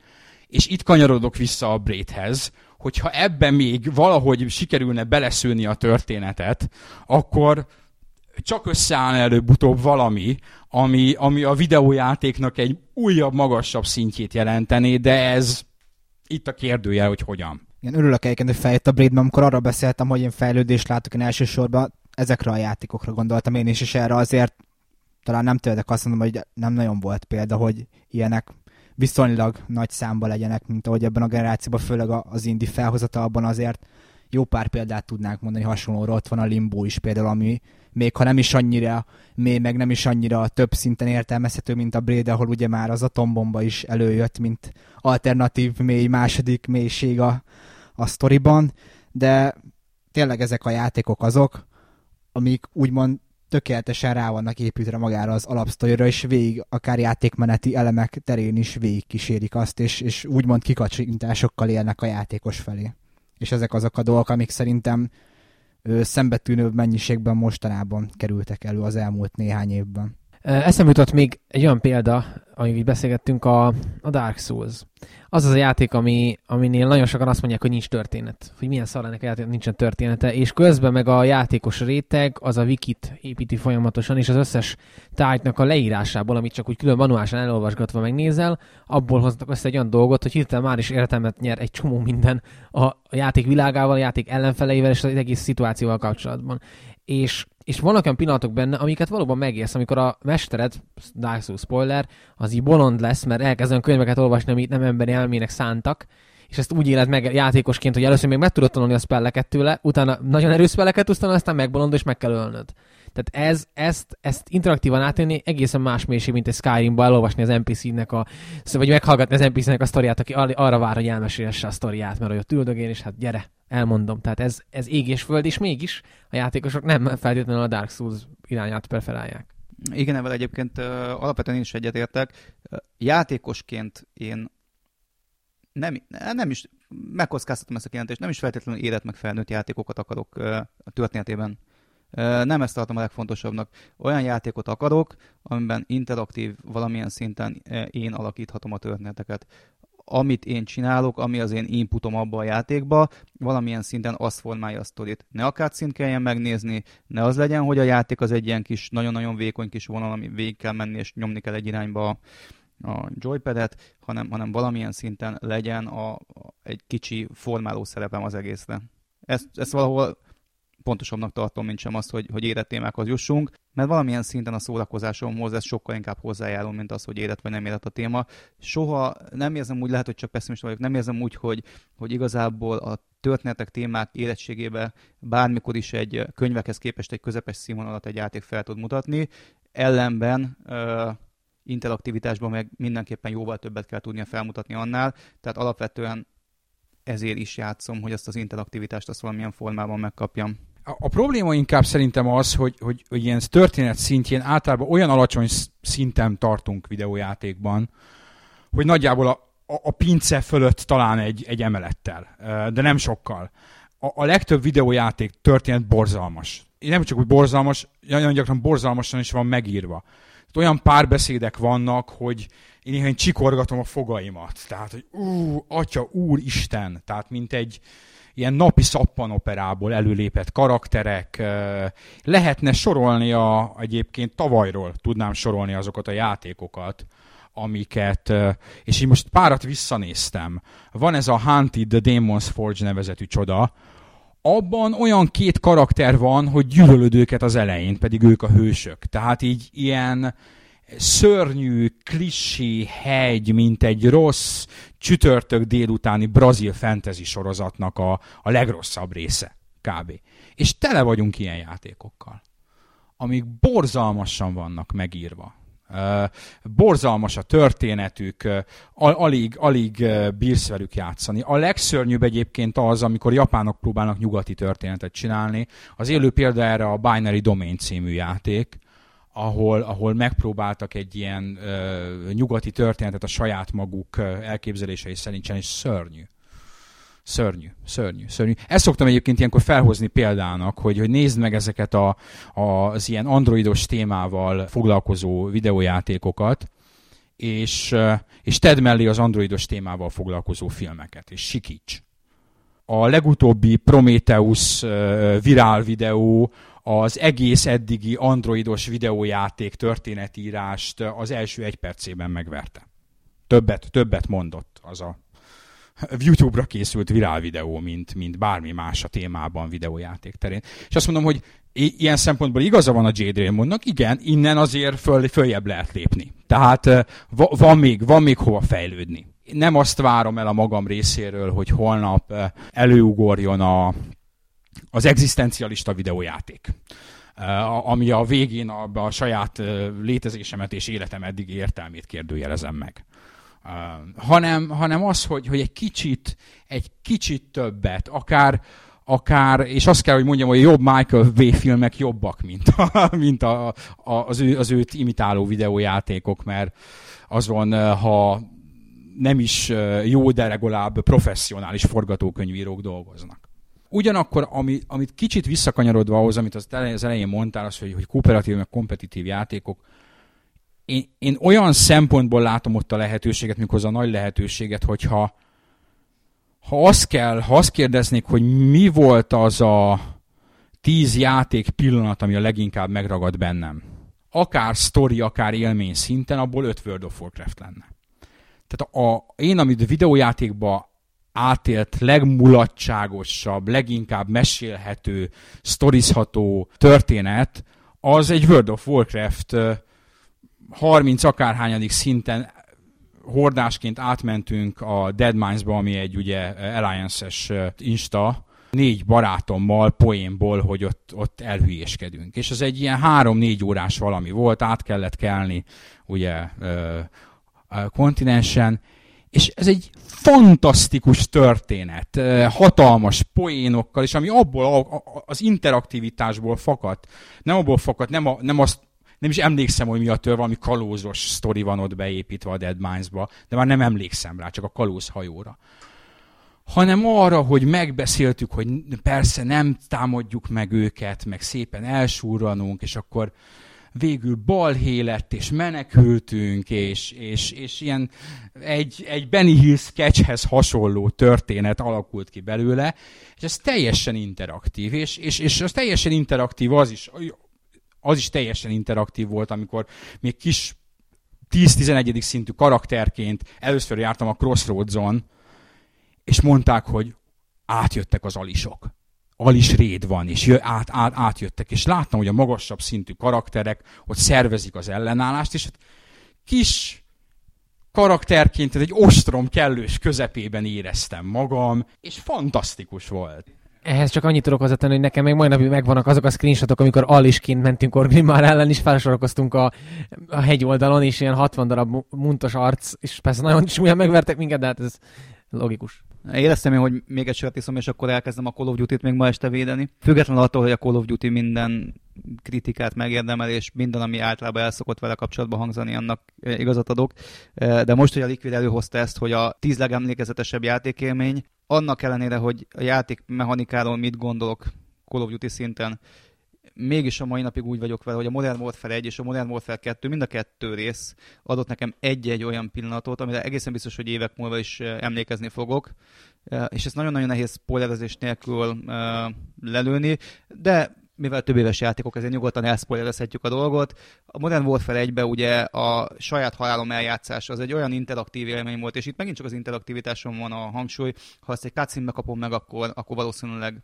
És itt kanyarodok vissza a Braidhez, hogyha ebben még valahogy sikerülne beleszülni a történetet, akkor csak összeállna előbb-utóbb valami, ami a videójátéknak egy újabb, magasabb szintjét jelentené, de ez itt a kérdőjel, hogy hogyan. Igen, örülök egyébként, hogy feljött a Braidben, amikor arra beszéltem, hogy én fejlődést látok, én elsősorban ezekre a játékokra gondoltam én is, és erre azért talán nem tévedek, azt mondom, hogy nem nagyon volt példa, hogy ilyenek viszonylag nagy számba legyenek, mint ahogy ebben a generációban, főleg az indie felhozatalban azért jó pár példát tudnánk mondani hasonlóra. Ott van a Limbo is például, ami még ha nem is annyira mély, meg nem is annyira több szinten értelmezhető, mint a Braid, ahol ugye már az atombomba is előjött, mint alternatív mély, második mélység a sztoriban, de tényleg ezek a játékok azok, amik úgymond tökéletesen rá vannak építve magára az alapsztorira, és végig akár játékmeneti elemek terén is végig kísérik azt, és úgymond kikacsintásokkal élnek a játékos felé. És ezek azok a dolgok, amik szerintem szembetűnőbb mennyiségben mostanában kerültek elő az elmúlt néhány évben. Eszembe jutott még egy olyan példa, amivel beszélgettünk, a Dark Souls. Az a játék, aminél nagyon sokan azt mondják, hogy nincs történet. Hogy milyen szar ennek a játéknak nincsen története. És közben meg a játékos réteg az a wikit építi folyamatosan, és az összes tárgynak a leírásából, amit csak úgy külön manuálisan elolvasgatva megnézel, abból hoznak össze egy olyan dolgot, hogy hirtelen már is értelmet nyer egy csomó minden a játék világával, a játék ellenfeleivel és az egész szituációval kapcsolatban. És vannak olyan pillanatok benne, amiket valóban megérsz, amikor a mestered, Dark Souls spoiler, az így bolond lesz, mert elkezd olyan könyveket olvasni, amit nem emberi elmének szántak, és ezt úgy éled meg játékosként, hogy először még meg tudod tanulni a spelleket tőle, utána nagyon erős spelleket tudsz tanulni, aztán megbolondod és meg kell ölnöd. Tehát ezt interaktívan átélni egészen más mélység, mint egy Skyrimba elolvasni az NPC-nek vagy meghallgatni az NPC-nek a sztoriát, aki arra vár, hogy elmesélesse a sztoriát, mert hogy ott üldögél, és hát gyere, elmondom. Tehát ez ég és föld, és mégis a játékosok nem feltétlenül a Dark Souls irányát preferálják. Igen, ezzel egyébként alapvetően én is egyetértek. Játékosként én nem is megkockáztatom ezt a kijelentést, nem is feltétlenül élet meg felnőtt játékokat akarok a történetében. Nem ezt tartom a legfontosabbnak. Olyan játékot akarok, amiben interaktív valamilyen szinten én alakíthatom a történeteket. Amit én csinálok, ami az én inputom abba a játékba, valamilyen szinten azt formálja a sztorit. Ne a cutscene kelljen megnézni, ne az legyen, hogy a játék az egy ilyen kis, nagyon-nagyon vékony kis vonal, ami végig kell menni és nyomni kell egy irányba a joypadet, hanem valamilyen szinten legyen egy kicsi formáló szerepem az egészre. Ezt valahol pontosabbnak tartom, mint sem azt, hogy érett témákhoz jussunk, mert valamilyen szinten a szórakozásomhoz ez sokkal inkább hozzájárul, mint az, hogy érett vagy nem érett a téma. Soha nem érzem úgy, lehet, hogy csak pessimista vagyok, nem érzem úgy, hogy igazából a történetek, témák érettségében bármikor is egy könyvekhez képest egy közepes színvonalat egy játék fel tud mutatni. Ellenben interaktivitásban meg mindenképpen jóval többet kell tudnia felmutatni annál, tehát alapvetően ezért is játszom, hogy azt az interaktivitást azt valamilyen formában megkapjam. A probléma inkább szerintem az, hogy ilyen történet szintjén általában olyan alacsony szinten tartunk videójátékban, hogy nagyjából a pince fölött talán egy emelettel, de nem sokkal. A legtöbb videójáték történet borzalmas. Nem csak úgy borzalmas, nagyon gyakran borzalmasan is van megírva. Olyan párbeszédek vannak, hogy én néha csikorgatom a fogaimat. Tehát, hogy Atya, Úristen, tehát mint egy ilyen napi szappanoperából előlépett karakterek. Lehetne sorolni egyébként tavalyról tudnám sorolni azokat a játékokat, amiket, és így most párat visszanéztem. Van ez a Hunted the Demon's Forge nevezetű csoda, abban olyan két karakter van, hogy gyűlölöd őket az elején, pedig ők a hősök. Tehát így ilyen szörnyű, klissé hegy, mint egy rossz csütörtök délutáni brazil fantasy sorozatnak a legrosszabb része, kb. És tele vagyunk ilyen játékokkal, amik borzalmasan vannak megírva. Borzalmas a történetük, alig bírsz velük játszani. A legszörnyűbb egyébként az, amikor japánok próbálnak nyugati történetet csinálni. Az élő példa erre a Binary Domain című játék, ahol megpróbáltak egy ilyen nyugati történetet a saját maguk elképzelései szerint csinálni, és szörnyű. Ezt szoktam egyébként ilyenkor felhozni példának, hogy nézd meg ezeket az ilyen androidos témával foglalkozó videójátékokat, és tedd mellé az androidos témával foglalkozó filmeket, és sikíts. A legutóbbi Prometheus virál videó az egész eddigi androidos videójáték történetírást az első 1 percében megverte. Többet mondott az a YouTube-ra készült virál videó, mint bármi más a témában videójáték terén. És azt mondom, hogy ilyen szempontból igaza van a Jade Raymondnak, igen, innen azért följebb lehet lépni. Tehát van még hova fejlődni. Nem azt várom el a magam részéről, hogy holnap előugorjon az egzisztencialista videójáték, ami a végén a saját létezésemet és életem eddigi értelmét kérdőjelezem meg. Hanem az, hogy egy kicsit többet, akár, és azt kell, hogy mondjam, hogy jobb Michael Bay filmek jobbak, mint az őt imitáló videójátékok, mert azon, ha nem is jó, de legalább professzionális forgatókönyvírók dolgoznak. Ugyanakkor, amit kicsit visszakanyarodva ahhoz, amit az elején mondtál, az, hogy kooperatív, meg kompetitív játékok, én olyan szempontból látom ott a lehetőséget, mikor az a nagy lehetőséget, hogyha azt kérdeznék, hogy mi volt az a 10 játék pillanat, ami a leginkább megragad bennem. Akár sztori, akár élmény szinten, abból 5 World of Warcraft lenne. Tehát én, amit videójátékban átélt legmulatságosabb, leginkább mesélhető, sztorizható történet, az egy World of Warcraft 30 akárhányadik szinten hordásként átmentünk a Deadmines-ba, ami egy ugye Alliance-es insta, 4 barátommal poénból, hogy ott elhülyéskedünk. És az egy ilyen 3-4 órás valami volt, át kellett kelni ugye a kontinensen, és ez egy fantasztikus történet, hatalmas poénokkal, és ami abból az interaktivitásból fakadt, nem is emlékszem, hogy miattől valami kalózos sztori van ott beépítve a Deadmines-ba, de már nem emlékszem rá, csak a kalózhajóra. Hanem arra, hogy megbeszéltük, hogy persze nem támadjuk meg őket, meg szépen elsurranunk, és akkor végül balhé lett, és menekültünk, és ilyen egy Benny Hill sketchhez hasonló történet alakult ki belőle, és ez teljesen interaktív, és az teljesen interaktív az is teljesen interaktív volt, amikor még kis 10-11. szintű karakterként először jártam a Crossroads-on, és mondták, hogy átjöttek az alisok. Alis raid van, és átjöttek, és láttam, hogy a magasabb szintű karakterek ott szervezik az ellenállást, és kis karakterként egy ostrom kellős közepében éreztem magam, és fantasztikus volt. Ehhez csak annyit tudok hozzátenni, hogy nekem még mai napig megvannak azok a screenshotok, amikor Alisként mentünk Orgrimmar ellen, és felsorakoztunk a hegyoldalon, és ilyen 60 darab muntos arc, és persze nagyon súlyan megvertek minket, de hát ez logikus. Éreztem én, hogy még egy sört iszom, és akkor elkezdem a Call of Duty-t még ma este védeni. Függetlenül attól, hogy a Call of Duty minden kritikát megérdemel, és minden, ami általában elszokott vele kapcsolatban hangzani, annak igazat adok. De most, hogy a Liquid előhozta ezt, hogy a 10 legemlékezetesebb játékélmény, annak ellenére, hogy a játék mechanikáról mit gondolok Call of Duty szinten, mégis a mai napig úgy vagyok vele, hogy a Modern Warfare 1 és a Modern Warfare 2, mind a 2 rész adott nekem egy-egy olyan pillanatot, amire egészen biztos, hogy évek múlva is emlékezni fogok, és ezt nagyon-nagyon nehéz spoilerezés nélkül lelőni, de mivel több éves játékok, ezért nyugodtan elspoilerezhetjük a dolgot. A Modern Warfare 1-ben ugye a saját halálom eljátszása az egy olyan interaktív élmény volt, és itt megint csak az interaktivitáson van a hangsúly. Ha ezt egy cutscene-be kapom meg, akkor valószínűleg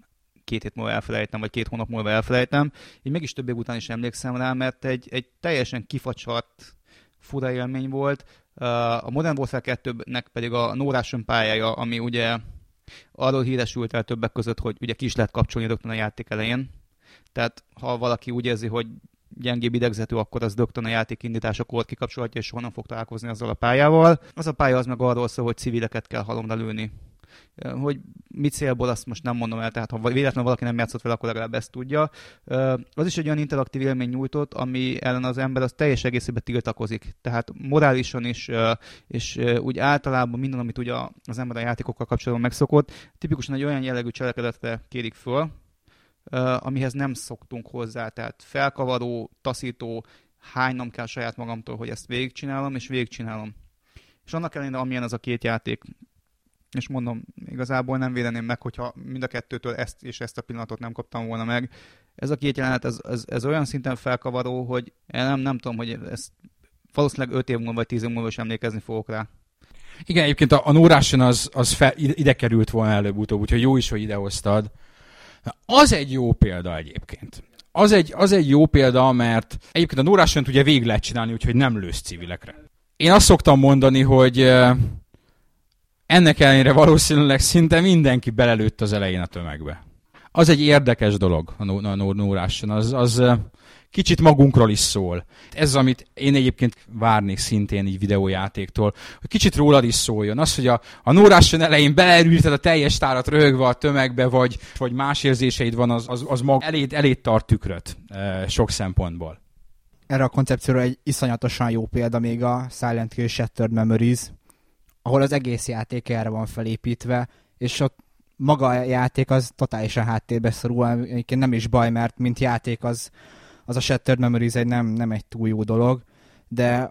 2 hét múlva elfelejtem, vagy 2 hónap múlva elfelejtem. Így mégis több év után is emlékszem rá, mert egy teljesen kifacsart fura élmény volt. A Modern Warfare 2-nek pedig a No Russian pályája, ami ugye arról híresült el többek között, hogy ugye ki is lehet kapcsolni rögtön a játék elején. Tehát ha valaki úgy érzi, hogy gyengébb idegzetű, akkor az rögtön a játék indításakor kikapcsolhatja, és soha nem fog találkozni azzal a pályával. Az a pálya az meg arról szól, hogy civileket kell halomra lőni. Hogy mi célból, azt most nem mondom el, tehát ha véletlenül valaki nem játszott vele, akkor legalább ezt tudja. Az is egy olyan interaktív élmény nyújtott, ami ellen az ember az teljes egészében tiltakozik. Tehát morálisan is, és úgy általában minden, amit ugye az ember a játékokkal kapcsolatban megszokott, tipikusan egy olyan jellegű cselekedetre kérik föl, amihez nem szoktunk hozzá, tehát felkavaró, taszító, hánynom kell saját magamtól, hogy ezt végigcsinálom, és végigcsinálom. És annak ellenére, amilyen az a két játék, és mondom, igazából nem védeném meg, hogyha mind a kettőtől ezt és ezt a pillanatot nem kaptam volna meg. Ez a két jelenet, ez olyan szinten felkavaró, hogy nem tudom, hogy ezt valószínűleg 5 év múlva vagy 10 év múlva is emlékezni fogok rá. Igen, egyébként a No Russian az ide került volna előbb-utóbb, úgyhogy jó is, hogy idehoztad. Az egy jó példa egyébként. Az egy jó példa, mert egyébként a No Russian-t ugye végig lehet csinálni, úgyhogy nem lősz civilekre. Én azt szoktam mondani, hogy ennek ellenére valószínűleg szinte mindenki belelőtt az elején a tömegbe. Az egy érdekes dolog, a No Russian. Az kicsit magunkról is szól. Ez, amit én egyébként várnék szintén így videójátéktól, hogy kicsit rólad is szóljon. Az, hogy a No Russian elején beleerülted a teljes tárat röhögve a tömegbe, vagy más érzéseid van, az maga eléd tart tükröt sok szempontból. Erre a koncepcióra egy iszonyatosan jó példa még a Silent Hill Shattered Memories, ahol az egész játék erre van felépítve, és ott maga a játék az totálisan háttérbe szorul, egyébként nem is baj, mert mint játék az a Shattered Memories nem egy túl jó dolog, de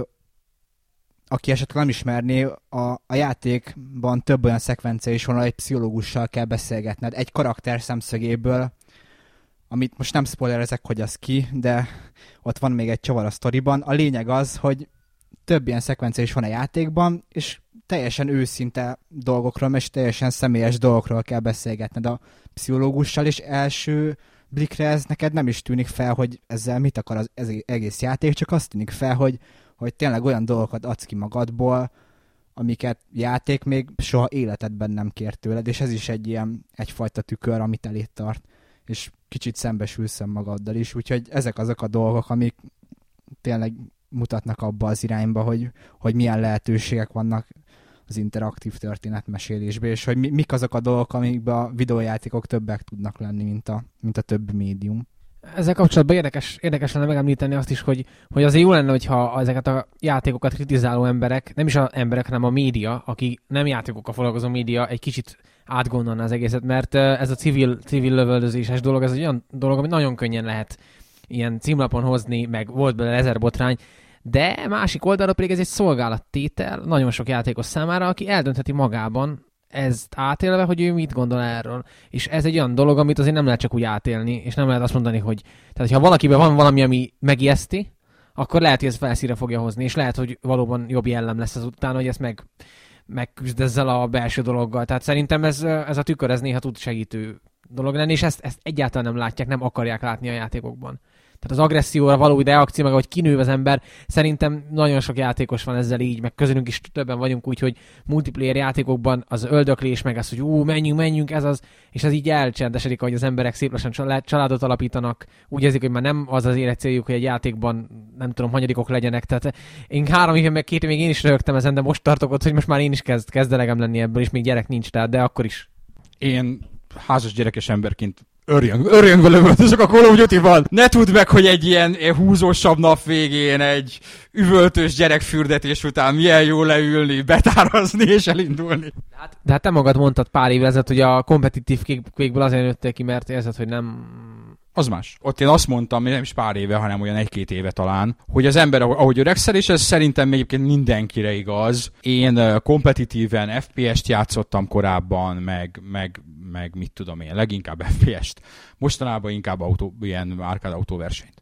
aki esetleg nem ismerné, a játékban több olyan szekvencia is van, egy pszichológussal kell beszélgetned, egy karakter szemszögéből, amit most nem spoilerezek, hogy az ki, de ott van még egy csavar a sztoriban. A lényeg az, hogy több ilyen szekvencia is van a játékban, és teljesen őszinte dolgokról, és teljesen személyes dolgokról kell beszélgetned a pszichológussal, és első blikre ez neked nem is tűnik fel, hogy ezzel mit akar az egész játék, csak azt tűnik fel, hogy tényleg olyan dolgokat adsz ki magadból, amiket játék még soha életedben nem kért tőled, és ez is egyfajta tükör, amit elé tart, és kicsit szembesülsz magaddal is, úgyhogy ezek azok a dolgok, amik tényleg mutatnak abba az irányba, hogy milyen lehetőségek vannak az interaktív történetmesélésben, és hogy mik azok a dolgok, amikben a videójátékok többek tudnak lenni, mint a többi médium. Ezzel kapcsolatban érdekes lenne megemlíteni azt is, hogy azért jó lenne, hogyha ezeket a játékokat kritizáló emberek, nem is az emberek, hanem a média, aki nem játékokkal foglalkozó média, egy kicsit átgondolna az egészet, mert ez a civil lövöldözéses dolog, ez egy olyan dolog, amit nagyon könnyen lehet ilyen címlapon hozni, meg volt belőle 1000 botrány, de másik oldalra pedig ez egy szolgálattétel nagyon sok játékos számára, aki eldöntheti magában ezt átélve, hogy ő mit gondol erről. És ez egy olyan dolog, amit azért nem lehet csak úgy átélni, és nem lehet azt mondani, hogy tehát ha valakiben van valami, ami megijeszti, akkor lehet, hogy ez felszínre fogja hozni, és lehet, hogy valóban jobb jellem lesz azután, hogy ezt megküzd ezzel a belső dologgal. Tehát szerintem ez a tükör, ez néha tud segítő dolog lenni, és ezt egyáltalán nem látják, nem akarják látni a játékokban. Tehát az agresszióra való reakció, meg ahogy kinő az ember, szerintem nagyon sok játékos van ezzel így, meg közülünk is többen vagyunk úgy, hogy multiplayer játékokban az öldöklés, meg az, hogy menjünk, ez az, és ez így elcsendesedik, ahogy az emberek szép lassan családot alapítanak, úgy érzik, hogy már nem az az életcéljuk, hogy egy játékban nem tudom, hanyadikok legyenek. Tehát én 3 éve, meg 2 évig én is röhögtem ezen, de most tartok ott, hogy most már én is kezd elegem lenni ebből, és még gyerek nincs, tehát, de akkor is. Én házas gyerekes emberként örjöngve lövöldözök a Call of Duty-val. Ne tudd meg, hogy egy ilyen húzósabb nap végén, egy üvöltős gyerekfürdetés után milyen jó leülni, betárazni és elindulni. De hát te magad mondtad pár évvel ezelőtt, hogy a kompetitív Quake-ből azért nőttél ki, mert érzed, hogy nem... Az más. Ott én azt mondtam, nem is pár éve, hanem olyan 1-2 éve talán, hogy az ember, ahogy öregszel, és ez szerintem egyébként mindenkire igaz. Én kompetitíven FPS-t játszottam korábban, meg mit tudom én, leginkább FPS-t. Mostanában inkább ilyen arcade autóversenyt.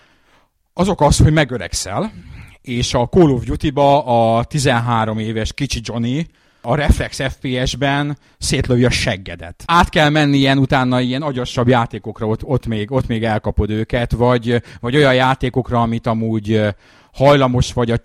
Azok az, hogy megöregszel, és a Call of Duty-ba a 13 éves kicsi Johnny a Reflex FPS-ben szétlövi a seggedet. Át kell menni utána ilyen agyasabb játékokra, ott még elkapod őket, vagy olyan játékokra, amit amúgy hajlamos vagy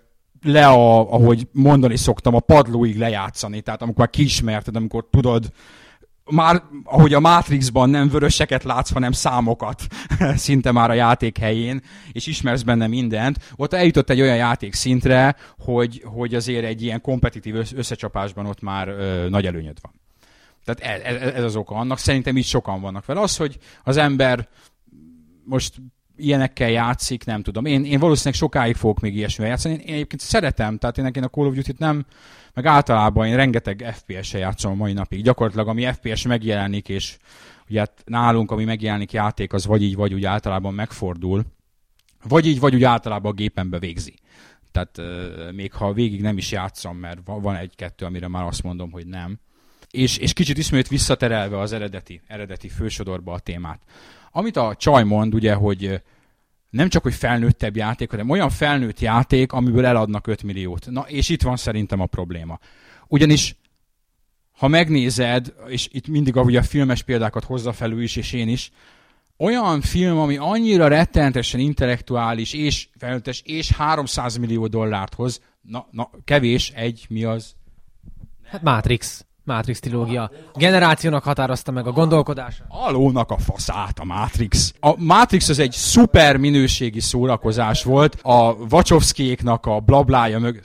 ahogy mondani szoktam, a padlóig lejátszani. Tehát amikor már kiismerted, amikor tudod, már, ahogy a Matrixban nem vöröseket látsz, hanem számokat szinte már a játék helyén, és ismersz benne mindent, ott eljutott egy olyan játék szintre, hogy azért egy ilyen kompetitív összecsapásban ott már nagy előnyöd van. Tehát ez az oka annak. Szerintem így sokan vannak vele. Az, hogy az ember most ilyenekkel játszik, nem tudom. Én valószínűleg sokáig fogok még ilyesmivel játszani. Én egyébként szeretem, tehát én a Call of Duty-t nem, meg általában én rengeteg FPS-sel játszom a mai napig. Gyakorlatilag ami FPS megjelenik, és ugye hát nálunk, ami megjelenik játék, az vagy így, vagy úgy általában megfordul. Vagy így, vagy úgy általában a gépembe végzi. Tehát még ha végig nem is játszom, mert van egy-kettő, amire már azt mondom, hogy nem. És kicsit ismét visszaterelve az eredeti fősodorba a témát. Amit a csaj mond, ugye, hogy nem csak, hogy felnőttebb játék, hanem olyan felnőtt játék, amiből eladnak 5 milliót. Na, és itt van szerintem a probléma. Ugyanis, ha megnézed, és itt mindig a filmes példákat hozza fel ő is, és én is, olyan film, ami annyira rettenetesen intellektuális, és felnőttes, és 300 millió dollárt hoz, na kevés, mi az? Hát Matrix trilógia. Generációnak határozta meg a gondolkodása. Alónak a faszát a Matrix. A Matrix az egy szuper minőségi szórakozás volt, a Wachowskiéknak a blablája mögött,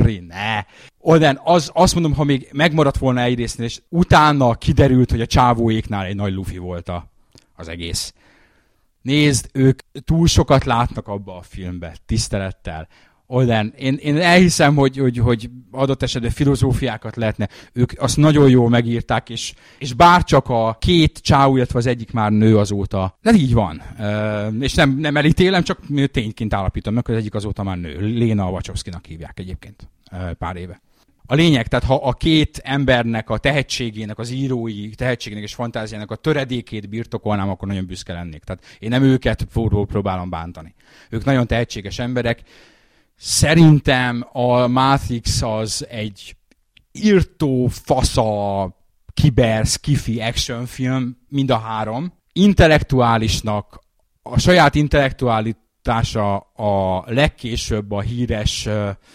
Oden, azt mondom, ha még megmaradt volna egy résznél, és utána kiderült, hogy a csávóéknál egy nagy lufi volt az egész. Nézd, ők túl sokat látnak abba a filmbe, tisztelettel. Oden, én elhiszem, hogy adott esetben filozófiákat lehetne. Ők azt nagyon jól megírták, és bárcsak a két csávó, illetve az egyik már nő azóta. De így van. És nem elítélem, csak tényként állapítom meg, hogy az egyik azóta már nő. Léna Wachowskinak hívják egyébként pár éve. A lényeg, tehát ha a két embernek a tehetségének, az írói tehetségének és fantáziának a töredékét birtokolnám, akkor nagyon büszke lennék. Tehát én nem őket próbálom bántani. Ők nagyon tehetséges emberek. Szerintem a Matrix az egy írtó, fasza, kiber, skifi action film, mind a három. Intellektuálisnak, a saját intellektualitása a legkésőbb a híres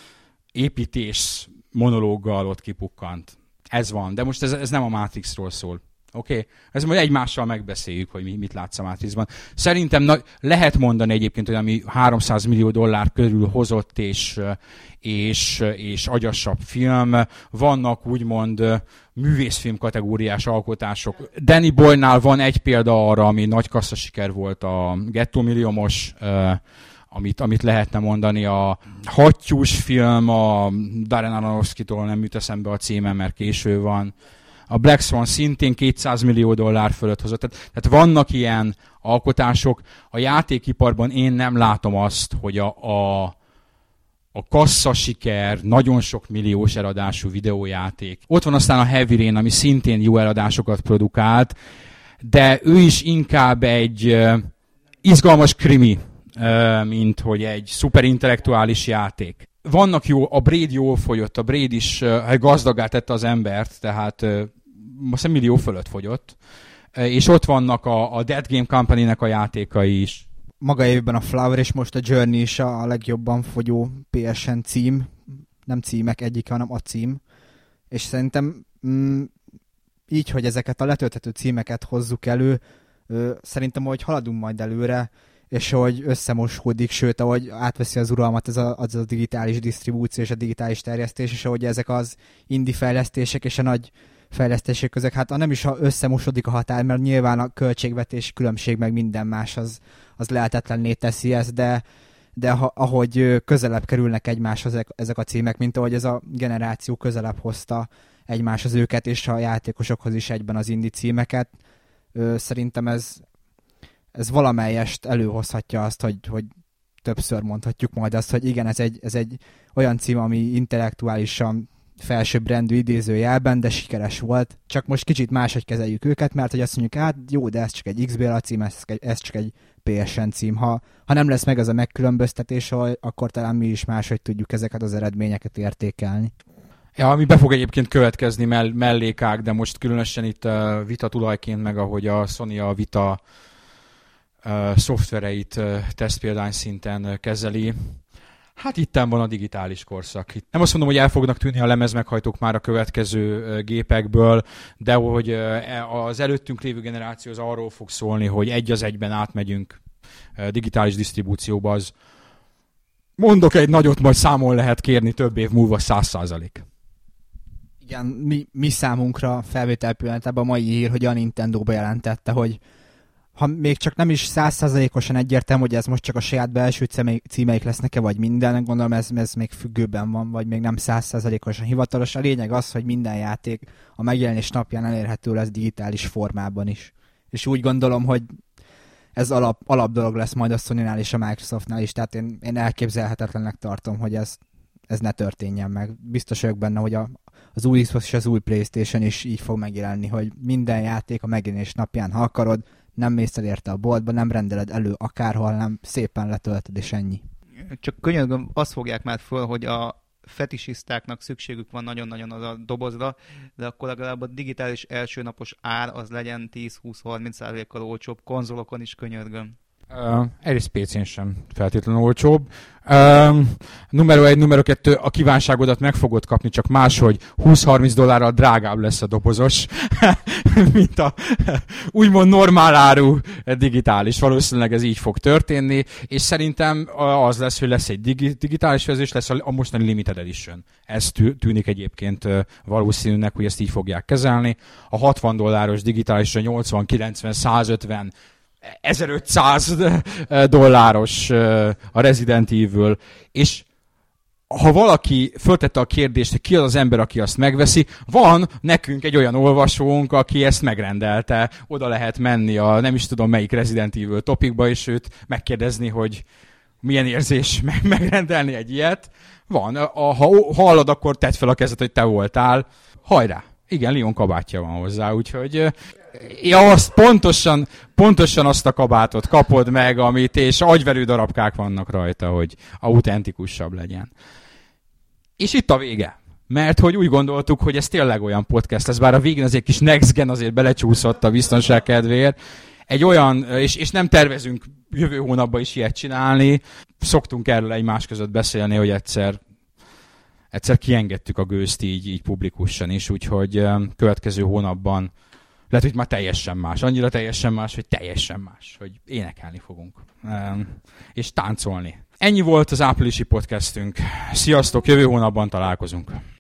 építés monológgal ott kipukkant. Ez van, de most ez nem a Matrixról szól. Oké? Ez majd egymással megbeszéljük, hogy mit látsz a Matrixban. Szerintem lehet mondani egyébként, hogy ami 300 millió dollár körül hozott és agyasabb film. Vannak úgymond művészfilm kategóriás alkotások. Danny Boyle-nál van egy példa arra, ami nagy kasszasiker volt, a Gettó milliómos, amit lehetne mondani, a hattyús film, a Darren Aronofsky-tól nem jut eszembe a címe, mert késő van. A Black Swan szintén 200 millió dollár fölött hozott. Tehát vannak ilyen alkotások. A játékiparban én nem látom azt, hogy a kasszasiker, nagyon sok milliós eladású videójáték. Ott van aztán a Heavy Rain, ami szintén jó eladásokat produkált, de ő is inkább egy izgalmas krimi, mint hogy egy szuperintellektuális játék. Vannak jó, a Braid jól fogyott, a Braid is gazdagá tette az embert, tehát most millió fölött fogyott, és ott vannak a Dead Game Company-nek a játékai is. Maga évben a Flower és most a Journey is a legjobban fogyó PSN cím, nem címek egyik, hanem a cím, és szerintem így, hogy ezeket a letölthető címeket hozzuk elő, szerintem, hogy haladunk majd előre, és hogy összemosódik, sőt, ahogy átveszi az uralmat az a digitális disztribúció és a digitális terjesztés, és ahogy ezek az indie fejlesztések és a nagy fejlesztések között, hát nem is ha összemosodik a határ, mert nyilván a költségvetés különbség meg minden más az lehetetlenné teszi ezt, de ahogy közelebb kerülnek egymáshoz ezek a címek, mint ahogy ez a generáció közelebb hozta egymáshoz őket, és a játékosokhoz is egyben az indie címeket, szerintem ez valamelyest előhozhatja azt, hogy többször mondhatjuk majd azt, hogy igen, ez egy olyan cím, ami intellektuálisan felsőbbrendű idézőjelben, de sikeres volt. Csak most kicsit máshogy kezeljük őket, mert hogy azt mondjuk, hát jó, de ez csak egy XBLA cím, ez csak egy PSN cím. Ha nem lesz meg az a megkülönböztetés, akkor talán mi is máshogy tudjuk ezeket az eredményeket értékelni. Ja, ami be fog egyébként következni mellékág, de most különösen itt Vita tulajként, meg ahogy a Sony a Vita szoftvereit tesztpéldány szinten kezeli. Hát itten van a digitális korszak. Nem azt mondom, hogy el fognak tűnni a lemezmeghajtók már a következő gépekből, de hogy az előttünk lévő generáció az arról fog szólni, hogy egy az egyben átmegyünk digitális disztribúcióba. Az mondok egy nagyot, majd számon lehet kérni több év múlva 100%. Igen, mi számunkra felvétel pillanatában a mai hír, hogy a Nintendo bejelentette, hogy ha még csak nem is 100%-osan egyértelmű, hogy ez most csak a saját belső címeik lesznek-e, vagy minden, gondolom ez még függőben van, vagy még nem 100%-osan hivatalos. A lényeg az, hogy minden játék a megjelenés napján elérhető lesz digitális formában is. És úgy gondolom, hogy ez alap dolog lesz majd a Sony-nál és a Microsoftnál is, tehát én elképzelhetetlennek tartom, hogy ez ne történjen meg. Biztos vagyok benne, hogy az új Xbox és az új PlayStation is így fog megjelenni, hogy minden játék a megjelenés napján, ha akarod, nem mész el érte a boltba, nem rendeled elő akárhol, nem szépen letöltöd, és ennyi. Csak könyörgöm, azt fogják már föl, hogy a fetisistáknak szükségük van nagyon-nagyon az a dobozra, de akkor legalább a digitális elsőnapos ár az legyen 10-20-30%-kal olcsóbb, konzolokon is könyörgöm. Egész PC-n sem feltétlenül olcsóbb. Numero 1, numero 2, a kívánságodat meg fogod kapni, csak máshogy $20-30 drágább lesz a dobozos, mint a úgymond normál áru digitális. Valószínűleg ez így fog történni, és szerintem az lesz, hogy lesz egy digitális verzió, és lesz a mostani Limited Edition. Ez tűnik egyébként valószínűnek, hogy ezt így fogják kezelni. A $60 digitálisra 80, 90, 150, $1500 a Resident Evil, és ha valaki föltette a kérdést, hogy ki az az ember, aki azt megveszi, van nekünk egy olyan olvasónk, aki ezt megrendelte, oda lehet menni a nem is tudom melyik Resident Evil topikba, és őt megkérdezni, hogy milyen érzés megrendelni egy ilyet. Van, ha hallod, akkor tedd fel a kezed, hogy te voltál. Hajrá! Igen, Leon kabátja van hozzá, úgyhogy azt pontosan azt a kabátot kapod meg, amit, és agyverő darabkák vannak rajta, hogy autentikusabb legyen. És itt a vége. Mert hogy úgy gondoltuk, hogy ez tényleg olyan podcast lesz, bár a végén azért kis next gen azért belecsúszott a biztonság kedvéért. Egy olyan, és nem tervezünk jövő hónapban is ilyet csinálni. Szoktunk erről egymás között beszélni, hogy egyszer kiengedtük a gőzt így publikusan is, úgyhogy következő hónapban lehet, hogy már teljesen más. Annyira teljesen más, hogy teljesen más. Hogy énekelni fogunk. És táncolni. Ennyi volt az áprilisi podcastünk. Sziasztok, jövő hónapban találkozunk.